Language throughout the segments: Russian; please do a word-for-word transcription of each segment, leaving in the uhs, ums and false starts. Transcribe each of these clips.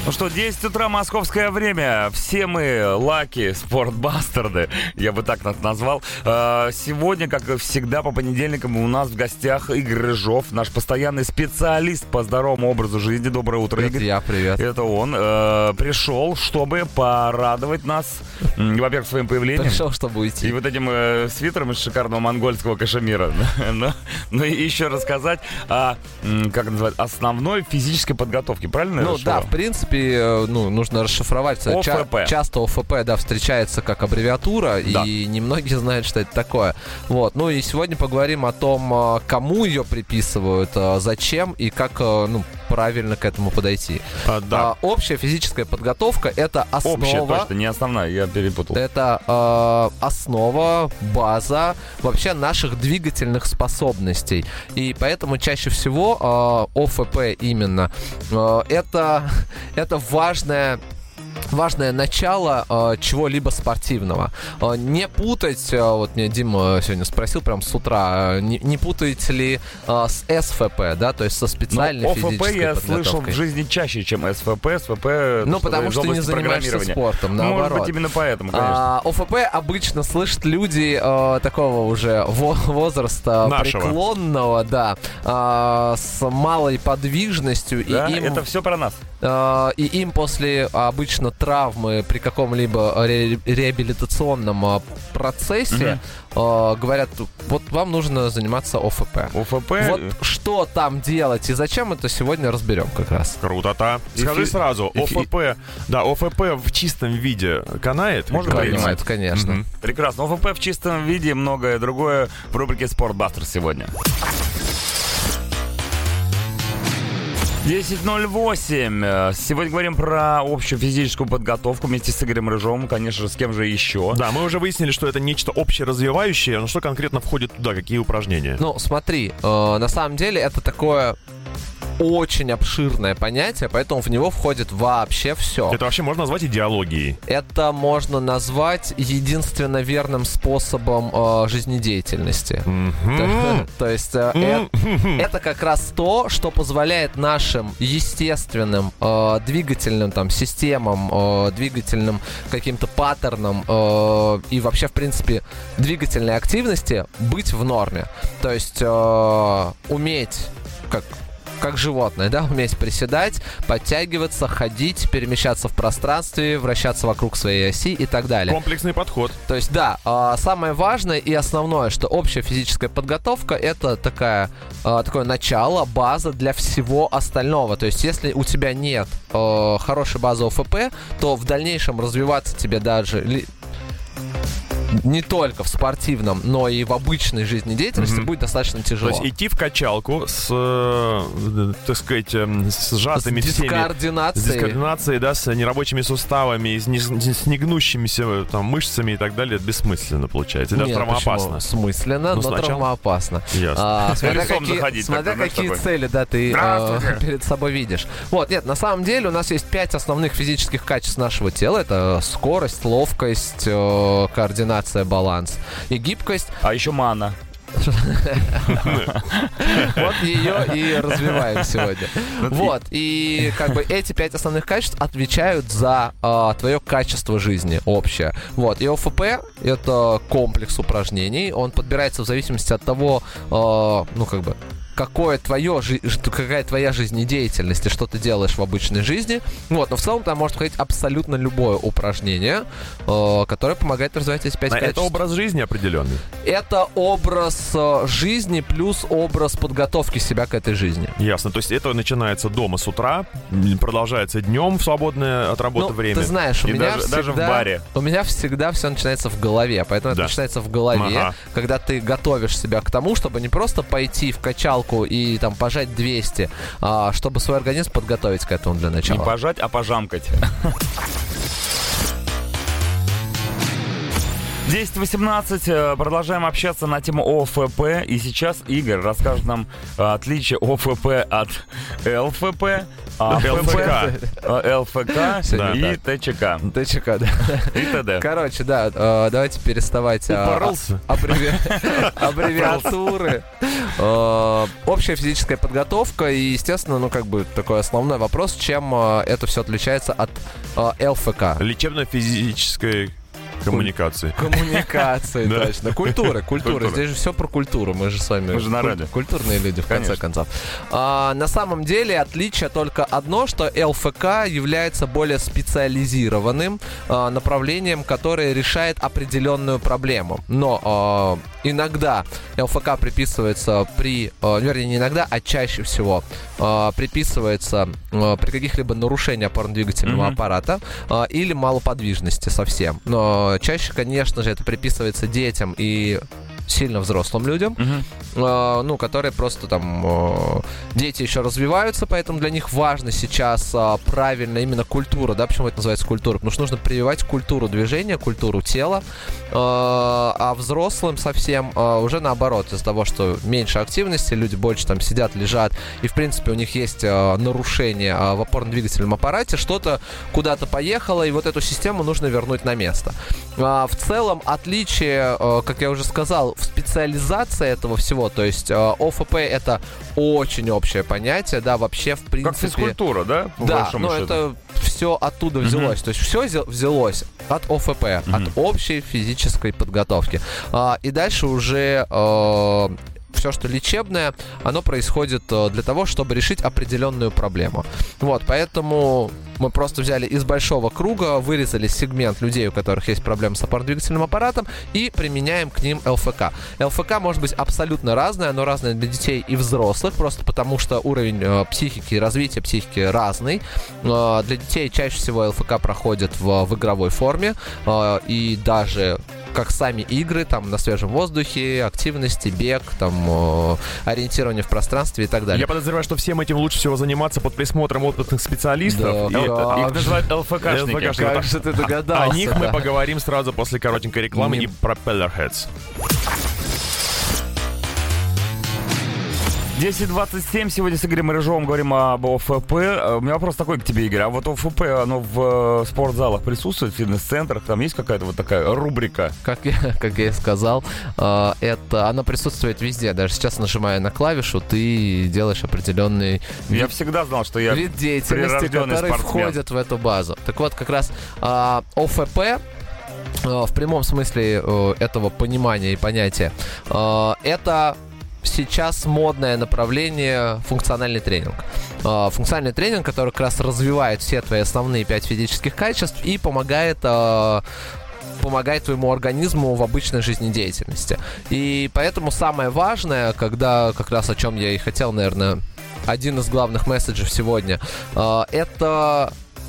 Ну что, десять утра, московское время. Все мы лаки, спортбастерды, я бы так нас назвал. Сегодня, как всегда, по понедельникам у нас в гостях Игорь Рыжов, наш постоянный специалист по здоровому образу жизни. Доброе утро, Игорь. Это я, привет. Это он пришел, чтобы порадовать нас, во-первых, своим появлением. Пришел, чтобы уйти. И вот этим э, свитером из шикарного монгольского кашемира. Ну и еще рассказать о, как называют, основной физической подготовке, правильно? Ну да, в принципе, ну, нужно расшифровать. ОФП. Ча- часто ОФП, да, встречается как аббревиатура, да. И немногие знают, что это такое. Вот. Ну и сегодня поговорим о том, кому ее приписывают, зачем и как, ну, правильно к этому подойти. А, да. а, общая физическая подготовка — это основа. Общая, точно, не основная, я перепутал. Это э, основа, база вообще наших двигательных способностей. И поэтому чаще всего э, ОФП именно э, это, это важная важное начало э, чего-либо спортивного. Э, не путать, э, вот мне Дима сегодня спросил прям с утра, э, не, не путаете ли э, с СФП, да, то есть со специальной Но физической подготовкой. ОФП я слышал в жизни чаще, чем СФП. СФП, ну, потому что не занимаешься спортом, наоборот. Может быть, именно поэтому, конечно. А, ОФП обычно слышат люди э, такого уже во- возраста Нашего. преклонного, да, э, с малой подвижностью. Да, и им, это все про нас. э, и им после обычно травмы при каком-либо ре- реабилитационном э, процессе э, говорят, вот вам нужно заниматься ОФП. ОФП. Вот что там делать и зачем, это сегодня разберем как раз. Круто-то. Скажи Эфи... сразу, Эфи... ОФП, да, ОФП в чистом виде канает? Можно понимать, конечно. Mm-hmm. Прекрасно. ОФП в чистом виде, многое другое в рубрике «Спортбастер» сегодня. десять ноль восемь. Сегодня говорим про общую физическую подготовку вместе с Игорем Рыжовым. Конечно же, с кем же еще? Да, мы уже выяснили, что это нечто общеразвивающее. Но что конкретно входит туда? Какие упражнения? Ну, смотри, э, на самом деле это такое очень обширное понятие, поэтому в него входит вообще все. Это вообще можно назвать идеологией? Это можно назвать единственно верным способом э, жизнедеятельности. Mm-hmm. То есть э, Mm-hmm. это как раз то, что позволяет нашим естественным э, двигательным там системам, э, двигательным каким-то паттернам э, и вообще, в принципе, двигательной активности быть в норме. То есть э, уметь как как животное, да, уметь приседать, подтягиваться, ходить, перемещаться в пространстве, вращаться вокруг своей оси и так далее. Комплексный подход. То есть, да, самое важное и основное, что общая физическая подготовка — это такая, такое начало, база для всего остального. То есть, если у тебя нет хорошей базы ОФП, то в дальнейшем развиваться тебе даже не только в спортивном, но и в обычной жизнедеятельности mm-hmm. будет достаточно тяжело. То есть идти в качалку с, э, так сказать, э, с сжатыми с дискоординацией. Всеми, с дискоординацией, да, с нерабочими суставами, с, не, с негнущимися там, мышцами и так далее, это бессмысленно получается. Даже Нет, травмоопасно. Смысленно, ну, но сначала... травмоопасно. Ясно. А, смотря какие, заходить, смотря какие цели, да, ты э, перед собой видишь. Вот, нет, на самом деле у нас есть пять основных физических качеств нашего тела. Это скорость, ловкость, э, координация, баланс и гибкость. А еще мана. Вот ее и развиваем сегодня. Вот, и как бы эти пять основных качеств отвечают за э, твое качество жизни общее. Вот, и ОФП — это комплекс упражнений, он подбирается в зависимости от того, э, ну как бы, какое твое, какая твоя жизнедеятельность и что ты делаешь в обычной жизни. Вот, но в целом там может входить абсолютно любое упражнение, э, которое помогает развивать эти пять а качеств. Это образ жизни определенный? Это образ э, жизни плюс образ подготовки себя к этой жизни. Ясно. То есть это начинается дома с утра, продолжается днем в свободное от работы ну, время. Ты знаешь, у и меня даже, всегда, даже в баре. У меня всегда все начинается в голове, поэтому да. это начинается в голове, ага. когда ты готовишь себя к тому, чтобы не просто пойти в качалку и там пожать двести, а, чтобы свой организм подготовить к этому для начала. Не пожать, а пожамкать. десять восемнадцать. Продолжаем общаться на тему ОФП. И сейчас Игорь расскажет нам отличие ОФП от ЛФП, АФП, ЛФК и ТЧК. ТЧК, да. И ТД. Короче, да, давайте переставать аббревиатуры. Общая физическая подготовка. И, естественно, ну, как бы такой основной вопрос, чем это все отличается от ЛФК. Лечебно-физической коммуникации. Коммуникации, точно. Культура, культура. Здесь же все про культуру. Мы же с вами Мы же на радио. Культурные люди, в конце концов. А, на самом деле отличие только одно, что ЛФК является более специализированным а, направлением, которое решает определенную проблему. Но а, иногда ЛФК приписывается при, а, вернее, не иногда, а чаще всего а, приписывается а, при каких-либо нарушениях опорно-двигательного mm-hmm. аппарата а, или малоподвижности совсем. Но чаще, конечно же, это приписывается детям и сильно взрослым людям, uh-huh. э, ну, которые просто там... Э, дети еще развиваются, поэтому для них важно сейчас э, правильно именно культура, да, почему это называется культура? Потому что нужно прививать культуру движения, культуру тела, э, а взрослым совсем э, уже наоборот, из-за того, что меньше активности, люди больше там сидят, лежат, и, в принципе, у них есть э, нарушение э, в опорно-двигательном аппарате, что-то куда-то поехало, и вот эту систему нужно вернуть на место. Э, в целом, отличие, э, как я уже сказал, в специализации этого всего, то есть э, ОФП это очень общее понятие, да, вообще в принципе... Как физкультура, да? Да, но счету. Это все оттуда взялось, mm-hmm. то есть все взялось от ОФП, mm-hmm. от общей физической подготовки. А, и дальше уже... Э, все, что лечебное, оно происходит для того, чтобы решить определенную проблему. Вот, поэтому мы просто взяли из большого круга, вырезали сегмент людей, у которых есть проблемы с опорно-двигательным аппаратом, и применяем к ним ЛФК. ЛФК может быть абсолютно разное, оно разное для детей и взрослых, просто потому что уровень э, психики, развития психики разный. Э, для детей чаще всего ЛФК проходит в, в игровой форме, э, и даже как сами игры, там, на свежем воздухе, активности, бег, там, э, ориентирование в пространстве и так далее. Я подозреваю, что всем этим лучше всего заниматься под присмотром опытных специалистов. Да, и да. Их называют ЛФКшники. Как же ты догадался? О них да. мы поговорим сразу после коротенькой рекламы Не... и Propeller Heads. десять двадцать семь. Сегодня с Игорем Рыжовым говорим об ОФП. У меня вопрос такой к тебе, Игорь. А вот ОФП, оно в спортзалах присутствует, в фитнес-центрах? Там есть какая-то вот такая рубрика? Как я, как я и сказал, это, оно присутствует везде. Даже сейчас, нажимая на клавишу, ты делаешь определенный Я вид, всегда знал, что я вид деятельности, который спортсмен. входит в эту базу. Так вот, как раз ОФП в прямом смысле этого понимания и понятия, это... сейчас модное направление функциональный тренинг. Функциональный тренинг, который как раз развивает все твои основные пять физических качеств и помогает, помогает твоему организму в обычной жизнедеятельности. И поэтому самое важное, когда как раз о чем я и хотел, наверное, один из главных месседжей сегодня, это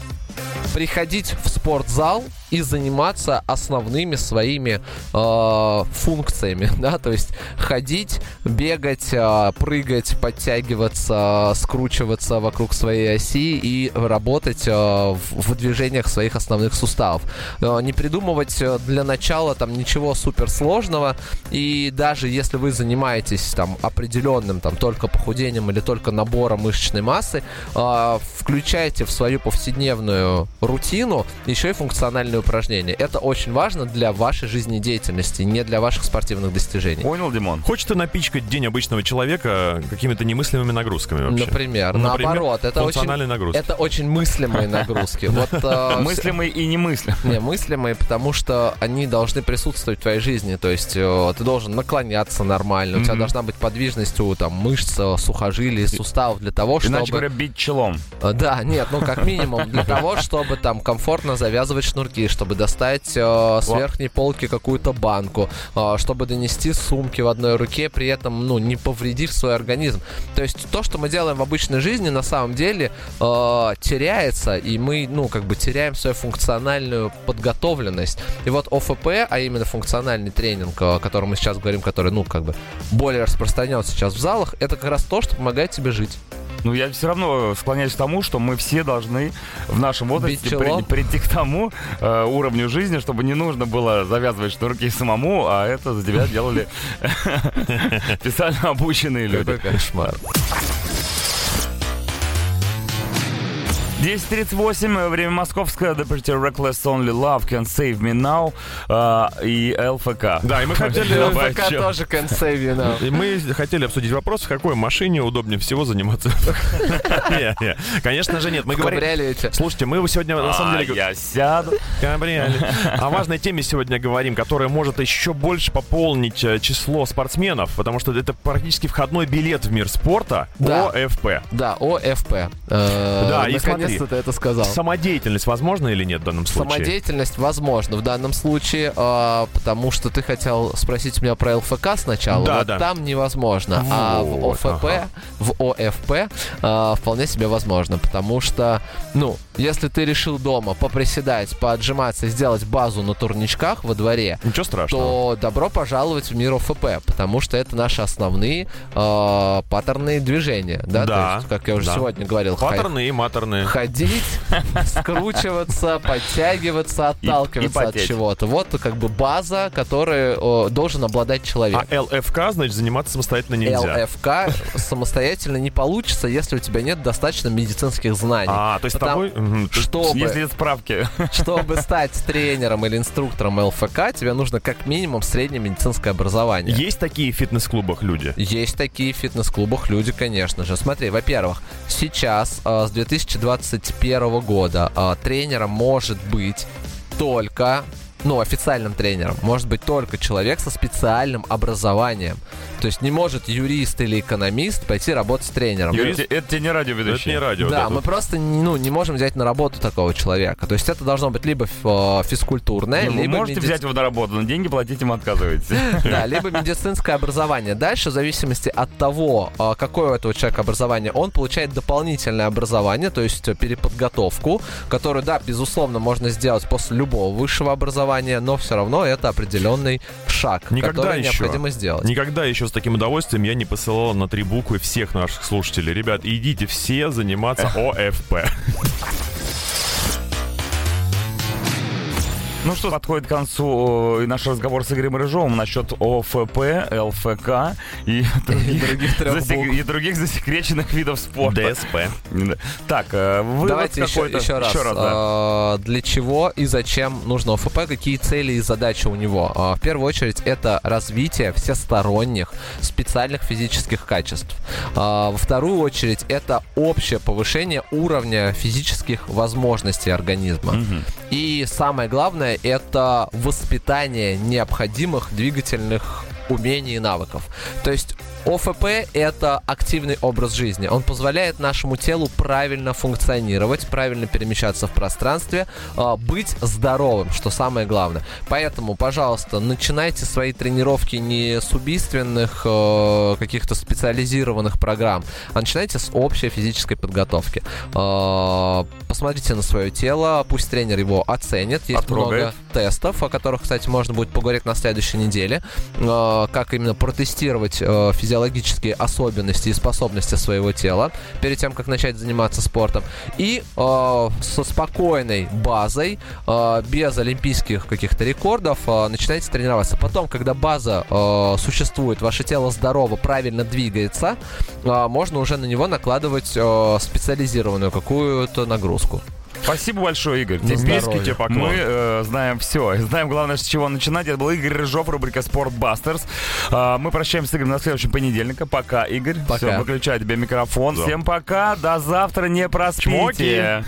приходить в спортзал и заниматься основными своими э, функциями, да, то есть ходить, бегать, э, прыгать, подтягиваться, скручиваться вокруг своей оси и работать э, в, в движениях своих основных суставов. Э, не придумывать для начала там ничего суперсложного, и даже если вы занимаетесь там определенным там только похудением или только набором мышечной массы, э, включайте в свою повседневную рутину еще и функциональную упражнения. Это очень важно для вашей жизнедеятельности, не для ваших спортивных достижений. Понял, Димон? Хочется напичкать день обычного человека какими-то немыслимыми нагрузками вообще? Например, ну, наоборот. Это функциональные очень, нагрузки. Это очень мыслимые нагрузки. Мыслимые и немыслимые. Не, мыслимые, потому что они должны присутствовать в твоей жизни. То есть ты должен наклоняться нормально, у тебя должна быть подвижность у там мышц, сухожилий, суставов для того, чтобы... Иначе говоря, бить челом. Да, нет, ну как минимум для того, чтобы там комфортно завязывать шнурки, чтобы достать э, с верхней полки какую-то банку, э, чтобы донести сумки в одной руке, при этом, ну, не повредив свой организм. То есть то, что мы делаем в обычной жизни, на самом деле э, теряется, и мы, ну, как бы теряем свою функциональную подготовленность. И вот ОФП, а именно функциональный тренинг, о котором мы сейчас говорим, который, ну, как бы более распространен сейчас в залах, это как раз то, что помогает тебе жить. Ну, я все равно склоняюсь к тому, что мы все должны в нашем возрасте при, прийти к тому э, уровню жизни, чтобы не нужно было завязывать шнурки самому, а это за тебя делали специально обученные люди. Какой кошмар. десять тридцать восемь, время московское, The Pretty Reckless Only Love Can Save Me Now э, и ЛФК. Да, и мы хотели... ЛФК тоже Can Save You Now. И мы хотели обсудить вопрос, в какой машине удобнее всего заниматься. Конечно же нет. Мы говорим... Слушайте, мы сегодня на самом деле... Я сяду. О важной теме сегодня говорим, которая может еще больше пополнить число спортсменов, потому что это практически входной билет в мир спорта. ОФП. Да, ОФП. Да, и смотри. Ты это сказал. Самодеятельность возможна или нет в данном случае? Самодеятельность возможна в данном случае, э, потому что ты хотел спросить меня про ЛФК сначала. Да, вот да. Там невозможно, вот, а в ОФП, ага. в ОФП э, вполне себе возможно, потому что, ну, если ты решил дома поприседать, поотжиматься и сделать базу на турничках во дворе, ничего страшного, то добро пожаловать в мир ОФП, потому что это наши основные э, паттерные движения, да, да, то есть, как я уже да. сегодня говорил, паттерны и матерные. Ходить, скручиваться, подтягиваться, отталкиваться и, и от чего-то. Вот как бы база, которой о, должен обладать человек. А ЛФК, значит, заниматься самостоятельно нельзя. ЛФК самостоятельно не получится, если у тебя нет достаточно медицинских знаний. А, то есть Потому, тобой... Чтобы, если справки. Чтобы стать тренером или инструктором ЛФК, тебе нужно как минимум среднее медицинское образование. Есть такие в фитнес-клубах люди? Есть такие в фитнес-клубах люди, конечно же. Смотри, во-первых, сейчас, с две тысячи двадцать первого года, тренером может быть только... Ну, официальным тренером может быть только человек со специальным образованием. То есть не может юрист или экономист пойти работать с тренером. Юрист, это тебе не радиоведущий. Это не радио. Да, да, мы тут... просто ну, не можем взять на работу такого человека. То есть это должно быть либо физкультурное, ну, либо... Вы можете меди... взять его на работу, но деньги платить им отказываете. Да, либо медицинское образование. Дальше, в зависимости от того, какое у этого человека образование, он получает дополнительное образование, то есть переподготовку, которую, да, безусловно, можно сделать после любого высшего образования, но все равно это определенный шаг, никогда который еще, необходимо сделать. Никогда еще с таким удовольствием я не посылал на три буквы всех наших слушателей. Ребят, идите все заниматься ОФП. Ну что, подходит к концу и наш разговор с Игорем Рыжовым насчет ОФП, ЛФК и других, и других, засек... и других засекреченных видов спорта. ДСП. Так, вы давайте еще, еще раз. Еще раз да. а, для чего и зачем нужно ОФП, какие цели и задачи у него? А, в первую очередь это развитие всесторонних специальных физических качеств. А, во вторую очередь это общее повышение уровня физических возможностей организма. Угу. И самое главное это воспитание необходимых двигательных умений и навыков. То есть ОФП – это активный образ жизни. Он позволяет нашему телу правильно функционировать, правильно перемещаться в пространстве, быть здоровым, что самое главное. Поэтому, пожалуйста, начинайте свои тренировки не с убийственных каких-то специализированных программ, а начинайте с общей физической подготовки. Посмотрите на свое тело, пусть тренер его оценит. Есть Оттрогает. много тестов, о которых, кстати, можно будет поговорить на следующей неделе, как именно протестировать физически физиологические особенности и способности своего тела перед тем, как начать заниматься спортом. И э, со спокойной базой, э, без олимпийских каких-то рекордов, э, начинаете тренироваться. Потом, когда база э, существует, ваше тело здорово, правильно двигается, э, можно уже на него накладывать э, специализированную какую-то нагрузку. Спасибо большое, Игорь. Теперь тебе поклон. Мы э, знаем все. Знаем, главное, с чего начинать. Это был Игорь Рыжов, рубрика «Спортбастерс». Э, мы прощаемся с Игорем на следующем понедельнике. Пока, Игорь. Пока. Все, выключай тебе микрофон. Да. Всем пока. До завтра. Не проспите. Чмоки.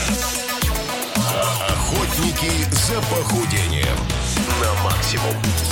Охотники за похудением на максимум.